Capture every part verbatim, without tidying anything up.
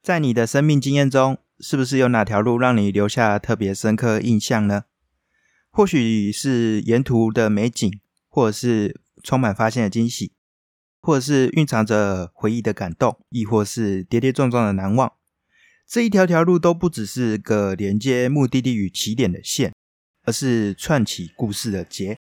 在你的生命经验中，是不是有哪条路让你留下特别深刻印象呢？或许是沿途的美景，或者是充满发现的惊喜，或者是蕴藏着回忆的感动，亦或是跌跌撞撞的难忘。这一条条路都不只是个连接目的地与起点的线，而是串起故事的结。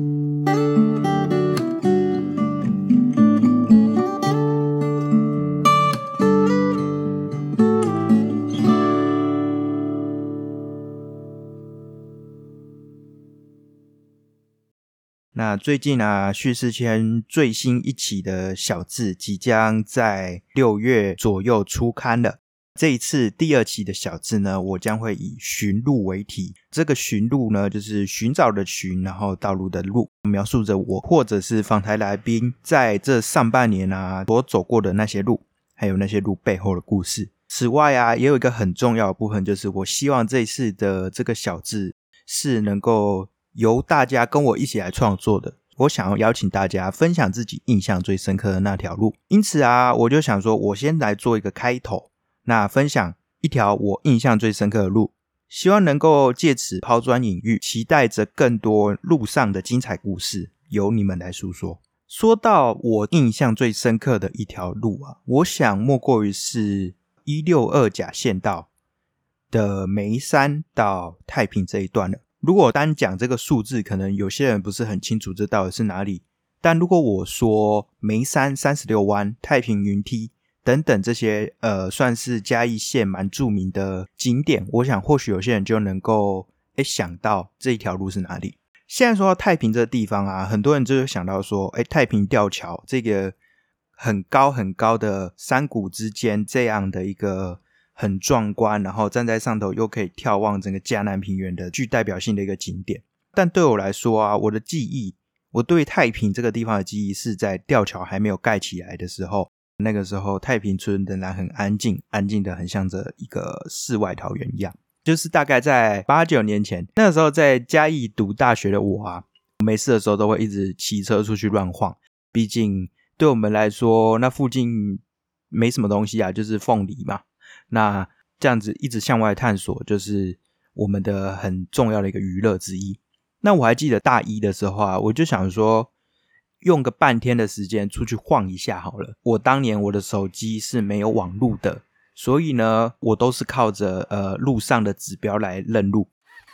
那最近啊，叙事圈最新一期的小志即将在六月左右出刊了。这一次第二期的小志呢，我将会以寻路为题。这个寻路呢，就是寻找的寻，然后道路的路，描述着我或者是访谈来宾在这上半年啊所走过的那些路，还有那些路背后的故事。此外啊，也有一个很重要的部分，就是我希望这一次的这个小志是能够由大家跟我一起来创作的。我想要邀请大家分享自己印象最深刻的那条路。因此啊，我就想说我先来做一个开头，那分享一条我印象最深刻的路，希望能够借此抛砖引玉，期待着更多路上的精彩故事由你们来诉说。说到我印象最深刻的一条路啊，我想莫过于是一六二甲县道的梅山到太平这一段了。如果单讲这个数字，可能有些人不是很清楚这到底是哪里，但如果我说梅山三十六弯、太平云梯等等这些呃，算是嘉义县蛮著名的景点，我想或许有些人就能够诶想到这一条路是哪里。现在说到太平这个地方啊，很多人就会想到说诶太平吊桥，这个很高很高的山谷之间这样的一个很壮观，然后站在上头又可以眺望整个嘉南平原的具代表性的一个景点。但对我来说啊，我的记忆，我对太平这个地方的记忆是在吊桥还没有盖起来的时候。那个时候太平村仍然很安静，安静的很像着一个世外桃源一样。就是大概在八九年前，那个时候在嘉义读大学的我啊，没事的时候都会一直骑车出去乱晃。毕竟对我们来说，那附近没什么东西啊，就是凤梨嘛。那这样子一直向外探索，就是我们的很重要的一个娱乐之一。那我还记得大一的时候啊，我就想说用个半天的时间出去晃一下好了。我当年我的手机是没有网路的，所以呢我都是靠着呃路上的指标来认路。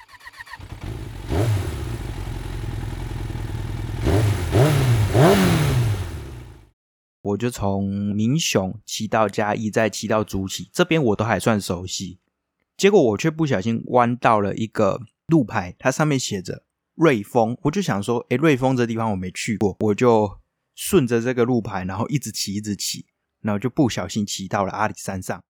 我就从民雄骑到嘉义，再骑到竹崎，这边我都还算熟悉。结果我却不小心弯到了一个路牌，它上面写着瑞丰，我就想说诶瑞丰这地方我没去过，我就顺着这个路牌然后一直骑一直骑，然后就不小心骑到了阿里山上。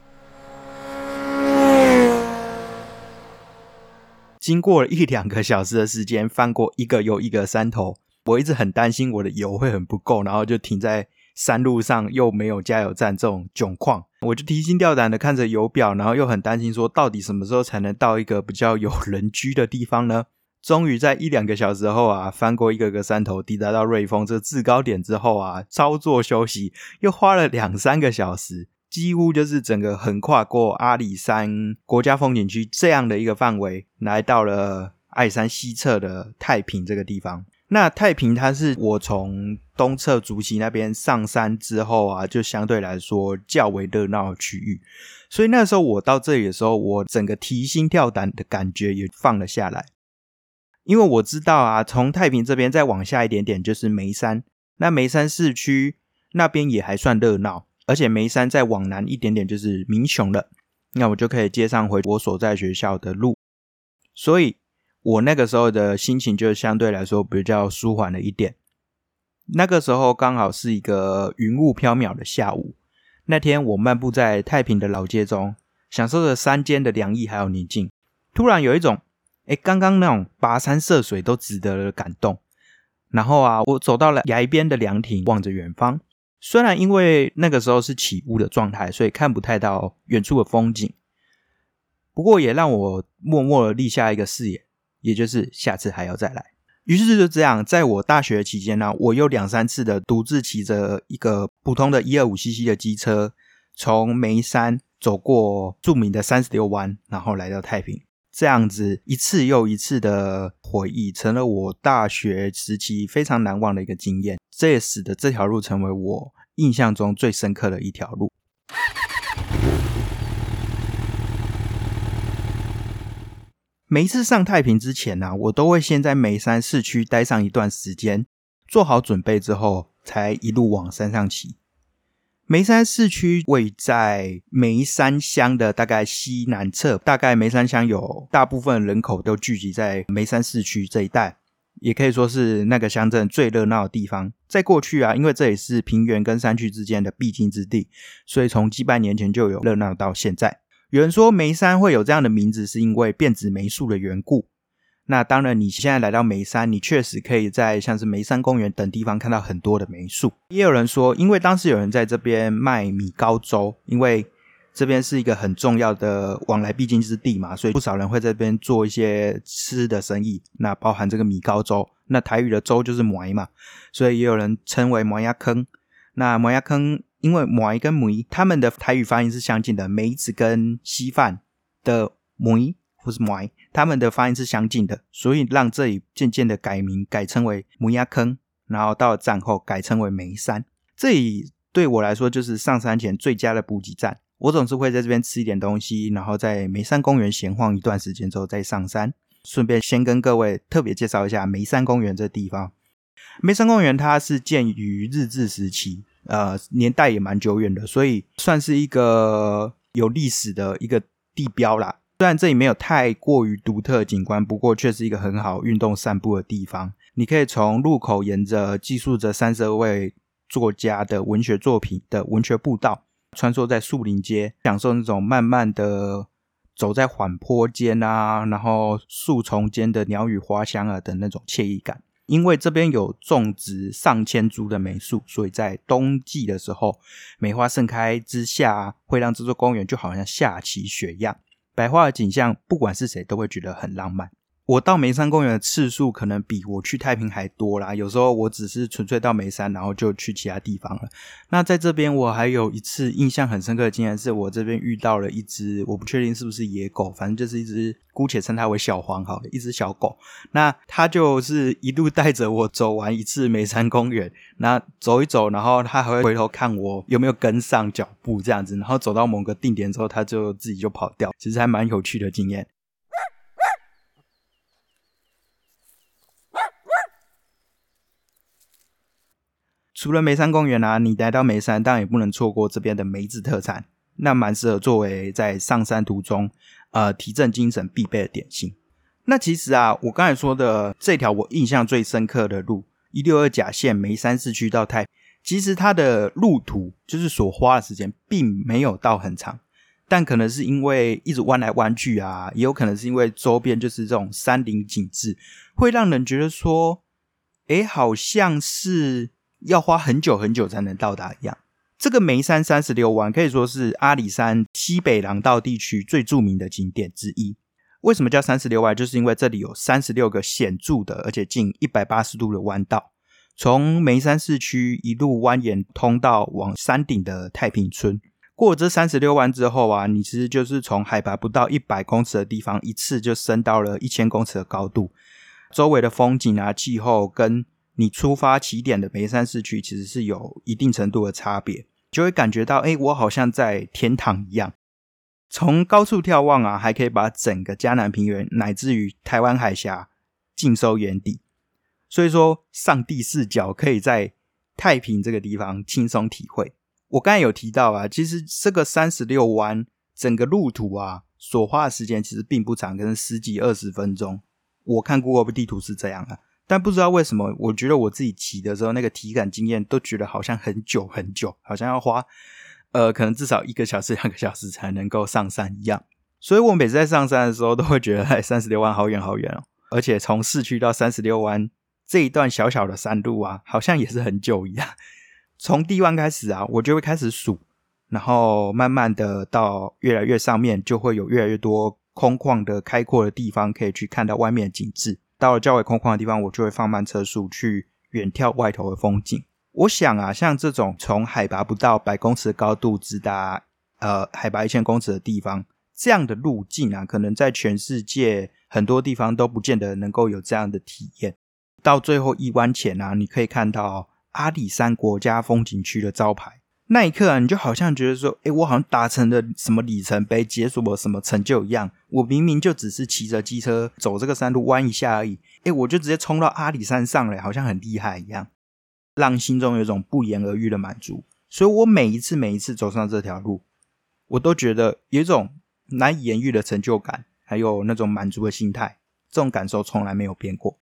经过了一两个小时的时间，翻过一个又一个山头，我一直很担心我的油会很不够，然后就停在山路上又没有加油站这种窘况。我就提心吊胆的看着油表，然后又很担心说到底什么时候才能到一个比较有人居的地方呢？终于在一两个小时后啊，翻过一个个山头，抵达到瑞丰这个制高点之后啊，稍作休息，又花了两三个小时，几乎就是整个横跨过阿里山国家风景区这样的一个范围，来到了阿里山西侧的太平这个地方。那太平它是我从东侧竹崎那边上山之后啊，就相对来说较为热闹的区域，所以那时候我到这里的时候，我整个提心吊胆的感觉也放了下来。因为我知道啊，从太平这边再往下一点点就是梅山，那梅山市区那边也还算热闹，而且梅山再往南一点点就是民雄了，那我就可以接上回我所在学校的路。所以我那个时候的心情就相对来说比较舒缓了一点。那个时候刚好是一个云雾飘渺的下午，那天我漫步在太平的老街中，享受着山间的凉意还有宁静，突然有一种诶刚刚那种跋山涉水都值得的感动。然后啊，我走到了崖边的凉亭，望着远方，虽然因为那个时候是起雾的状态，所以看不太到远处的风景，不过也让我默默的立下一个誓言，也就是下次还要再来。于是就这样，在我大学期间呢、啊，我有两三次的独自骑着一个普通的 一二五 C C 的机车，从梅山走过著名的三十六弯，然后来到太平。这样子一次又一次的回忆，成了我大学时期非常难忘的一个经验，这也使得这条路成为我印象中最深刻的一条路。每一次上太平之前啊，我都会先在梅山市区待上一段时间，做好准备之后才一路往山上骑。梅山市区位在梅山乡的大概西南侧，大概梅山乡有大部分人口都聚集在梅山市区这一带，也可以说是那个乡镇最热闹的地方。在过去啊，因为这里是平原跟山区之间的必经之地，所以从几百年前就有热闹到现在。有人说梅山会有这样的名字是因为变质梅树的缘故，那当然你现在来到梅山，你确实可以在像是梅山公园等地方看到很多的梅树。也有人说因为当时有人在这边卖米糕粥，因为这边是一个很重要的往来必经之地嘛，所以不少人会在这边做一些吃的生意，那包含这个米糕粥，那台语的粥就是糜嘛，所以也有人称为糜仔坑。那糜仔坑因为糜跟糜他们的台语发音是相近的，梅子跟稀饭的糜或是糜他们的发音是相近的，所以让这里渐渐的改名，改称为糜仔坑，然后到了战后改称为梅山。这里对我来说就是上山前最佳的补给站，我总是会在这边吃一点东西，然后在梅山公园闲晃一段时间之后再上山。顺便先跟各位特别介绍一下梅山公园这地方。梅山公园它是建于日治时期，呃，年代也蛮久远的，所以算是一个有历史的一个地标啦。虽然这里没有太过于独特的景观，不过却是一个很好运动散步的地方。你可以从路口沿着记述着三十二位作家的文学作品的文学步道，穿梭在树林街，享受那种慢慢的走在缓坡间啊，然后树丛间的鸟语花香啊的那种惬意感。因为这边有种植上千株的梅树，所以在冬季的时候，梅花盛开之下，会让这座公园就好像下起雪一样，百花的景象不管是谁都会觉得很浪漫。我到梅山公园的次数可能比我去太平还多啦，有时候我只是纯粹到梅山然后就去其他地方了。那在这边我还有一次印象很深刻的经验，是我这边遇到了一只，我不确定是不是野狗，反正就是一只，姑且称它为小黄好了，一只小狗。那它就是一路带着我走完一次梅山公园，那走一走，然后它还会回头看我有没有跟上脚步这样子，然后走到某个定点之后它就自己就跑掉，其实还蛮有趣的经验。除了梅山公园啊，你来到梅山当然也不能错过这边的梅子特产，那蛮适合作为在上山途中呃提振精神必备的点心。那其实啊，我刚才说的这条我印象最深刻的路一六二甲线梅山市区到太平，其实它的路途就是所花的时间并没有到很长，但可能是因为一直弯来弯去啊，也有可能是因为周边就是这种山林景致，会让人觉得说诶好像是要花很久很久才能到达一样。这个梅山三十六弯可以说是阿里山西北廊道地区最著名的景点之一。为什么叫三十六弯？就是因为这里有三十六个显著的而且近一百八十度的弯道，从梅山市区一路蜿蜒通到往山顶的太平村。过了这三十六弯之后啊，你其实就是从海拔不到一百公尺的地方一次就升到了一千公尺的高度，周围的风景啊气候跟你出发起点的梅山市区其实是有一定程度的差别，就会感觉到诶我好像在天堂一样。从高处眺望啊，还可以把整个嘉南平原乃至于台湾海峡尽收眼底。所以说上帝视角可以在太平这个地方轻松体会。我刚才有提到啊，其实这个三十六弯整个路途啊所花的时间其实并不长，可能十几二十分钟。我看 Google 地图是这样啊，但不知道为什么我觉得我自己骑的时候那个体感经验都觉得好像很久很久，好像要花呃，可能至少一个小时两个小时才能够上山一样。所以我每次在上山的时候都会觉得哎，三十六弯好远好远哦，而且从市区到三十六弯这一段小小的山路啊好像也是很久一样。从第一弯开始啊我就会开始数，然后慢慢的到越来越上面就会有越来越多空旷的开阔的地方可以去看到外面的景致。到了较为空旷的地方我就会放慢车速去远眺外头的风景。我想啊，像这种从海拔不到百公尺的高度直达呃海拔一千公尺的地方，这样的路径啊，可能在全世界很多地方都不见得能够有这样的体验。到最后一弯前啊，你可以看到阿里山国家风景区的招牌，那一刻啊，你就好像觉得说，诶，我好像达成了什么里程碑，解锁了什么成就一样。我明明就只是骑着机车走这个山路弯一下而已，诶，我就直接冲到阿里山上了，好像很厉害一样，让心中有一种不言而喻的满足。所以我每一次每一次走上这条路，我都觉得有一种难以言喻的成就感，还有那种满足的心态，这种感受从来没有变过。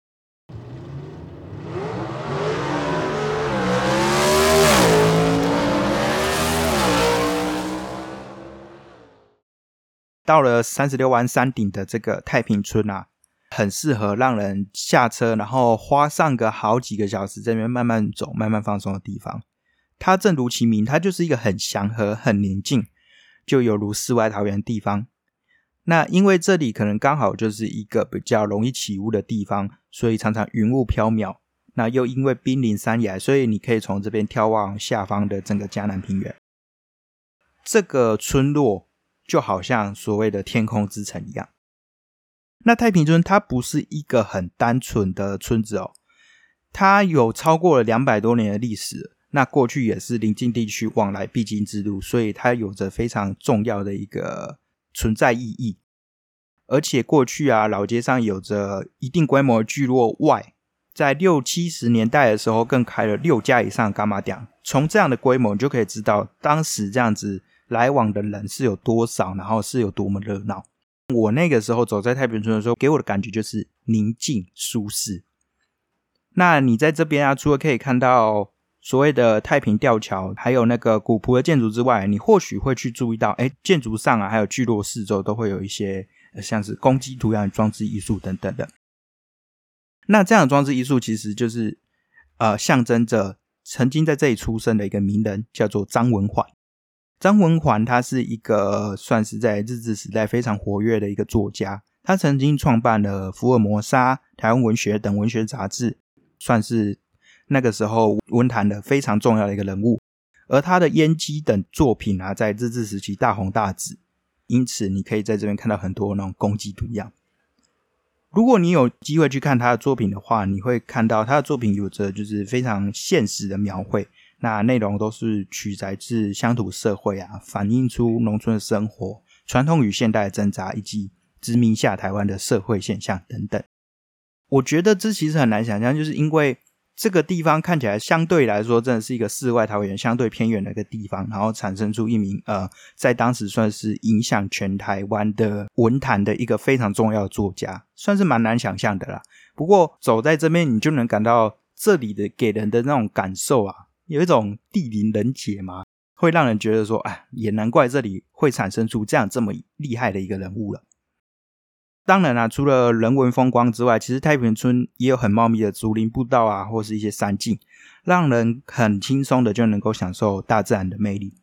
到了三十六弯山顶的这个太平村啊，很适合让人下车，然后花上个好几个小时在那边慢慢走慢慢放松的地方。它正如其名，它就是一个很祥和很宁静，就犹如世外桃源的地方。那因为这里可能刚好就是一个比较容易起雾的地方，所以常常云雾飘渺。那又因为濒临山崖，所以你可以从这边眺望下方的整个嘉南平原。这个村落就好像所谓的天空之城一样。那太平村它不是一个很单纯的村子哦，它有超过了两百多年的历史，那过去也是邻近地区往来必经之路，所以它有着非常重要的一个存在意义。而且过去啊，老街上有着一定规模的聚落外，在六七十年代的时候更开了六家以上的柑仔店。从这样的规模你就可以知道当时这样子来往的人是有多少，然后是有多么热闹。我那个时候走在太平村的时候，给我的感觉就是宁静舒适。那你在这边啊，除了可以看到所谓的太平吊桥，还有那个古朴的建筑之外，你或许会去注意到，诶，建筑上啊，还有聚落四周都会有一些、呃、像是公鸡图样的装置艺术等等的。那这样的装置艺术其实就是呃象征着曾经在这里出生的一个名人，叫做张文环。张文环他是一个算是在日治时代非常活跃的一个作家，他曾经创办了福尔摩沙、台湾文学等文学杂志，算是那个时候文坛的非常重要的一个人物。而他的烟机等作品啊，在日治时期大红大紫，因此你可以在这边看到很多那种公鸡图样。如果你有机会去看他的作品的话，你会看到他的作品有着就是非常现实的描绘，那内容都是取材自乡土社会啊，反映出农村的生活、传统与现代的挣扎，以及殖民下台湾的社会现象等等。我觉得这其实很难想象，就是因为这个地方看起来相对来说真的是一个世外桃源相对偏远的一个地方，然后产生出一名呃，在当时算是影响全台湾的文坛的一个非常重要的作家，算是蛮难想象的啦。不过走在这边你就能感到这里的给人的那种感受啊，有一种地灵人杰嘛，会让人觉得说，哎，也难怪这里会产生出这样这么厉害的一个人物了。当然啊，除了人文风光之外，其实太平村也有很茂密的竹林步道啊，或是一些山径，让人很轻松的就能够享受大自然的魅力。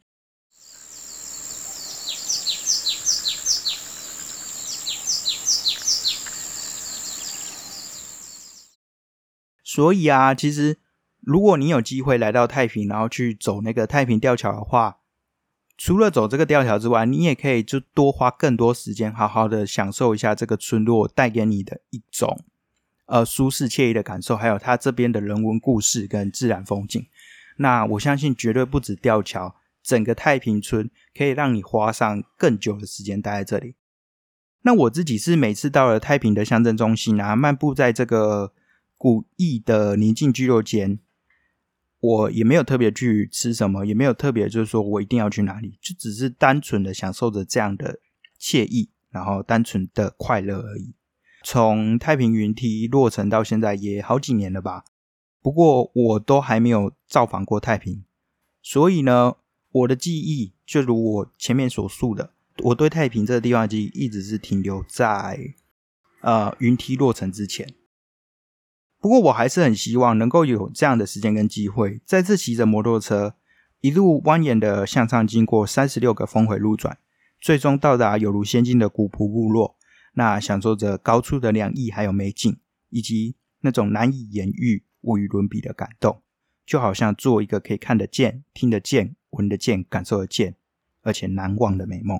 所以啊，其实如果你有机会来到太平，然后去走那个太平吊桥的话，除了走这个吊桥之外，你也可以就多花更多时间好好的享受一下这个村落带给你的一种呃舒适惬意的感受，还有它这边的人文故事跟自然风景。那我相信绝对不止吊桥，整个太平村可以让你花上更久的时间待在这里。那我自己是每次到了太平的乡镇中心啊，漫步在这个古意的宁静聚落间，我也没有特别去吃什么，也没有特别就是说我一定要去哪里，就只是单纯的享受着这样的惬意，然后单纯的快乐而已。从太平云梯落成到现在也好几年了吧，不过我都还没有造访过太平，所以呢，我的记忆就如我前面所述的，我对太平这个地方的记忆一直是停留在呃云梯落成之前。不过我还是很希望能够有这样的时间跟机会，再次骑着摩托车一路蜿蜒的向上经过三十六个峰回路转，最终到达有如仙境的古朴部落，那享受着高处的凉意还有美景，以及那种难以言喻无与伦比的感动，就好像做一个可以看得见听得见闻得见感受得见而且难忘的美梦。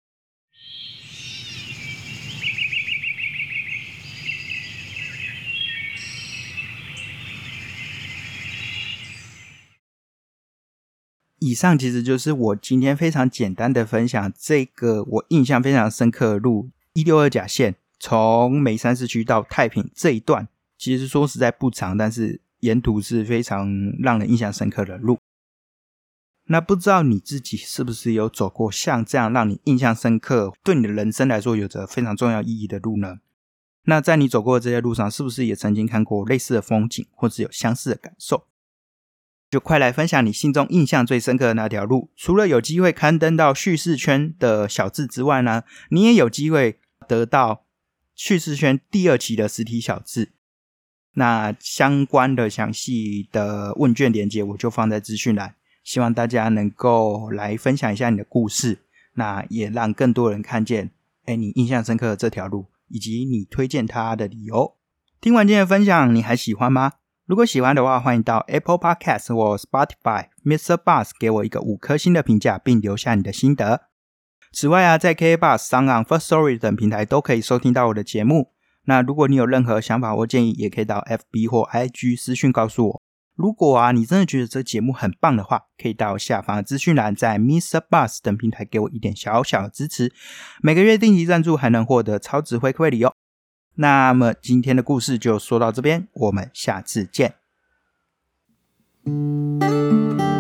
以上其实就是我今天非常简单的分享这个我印象非常深刻的路一六二甲线，从梅山市区到太平这一段，其实说实在不长，但是沿途是非常让人印象深刻的路。那不知道你自己是不是有走过像这样让你印象深刻，对你的人生来说有着非常重要意义的路呢？那在你走过的这些路上，是不是也曾经看过类似的风景，或是有相似的感受？就快来分享你心中印象最深刻的那条路。除了有机会刊登到叙事圈的小志之外呢，你也有机会得到叙事圈第二期的实体小志。那相关的详细的问卷连结我就放在资讯栏，希望大家能够来分享一下你的故事，那也让更多人看见诶你印象深刻的这条路，以及你推荐它的理由。听完今天的分享，你还喜欢吗？如果喜欢的话，欢迎到 Apple Podcast 或 Spotify Mister Bus 给我一个五颗星的评价，并留下你的心得。此外啊，在 K K Bus、SoundOn、Firstory 等平台都可以收听到我的节目。那如果你有任何想法或建议，也可以到 F B 或 I G 私讯告诉我。如果啊你真的觉得这节目很棒的话，可以到下方的资讯栏，在 Mister Bus 等平台给我一点小小的支持。每个月定期赞助还能获得超值回馈礼哦。那么今天的故事就说到这边，我们下次见。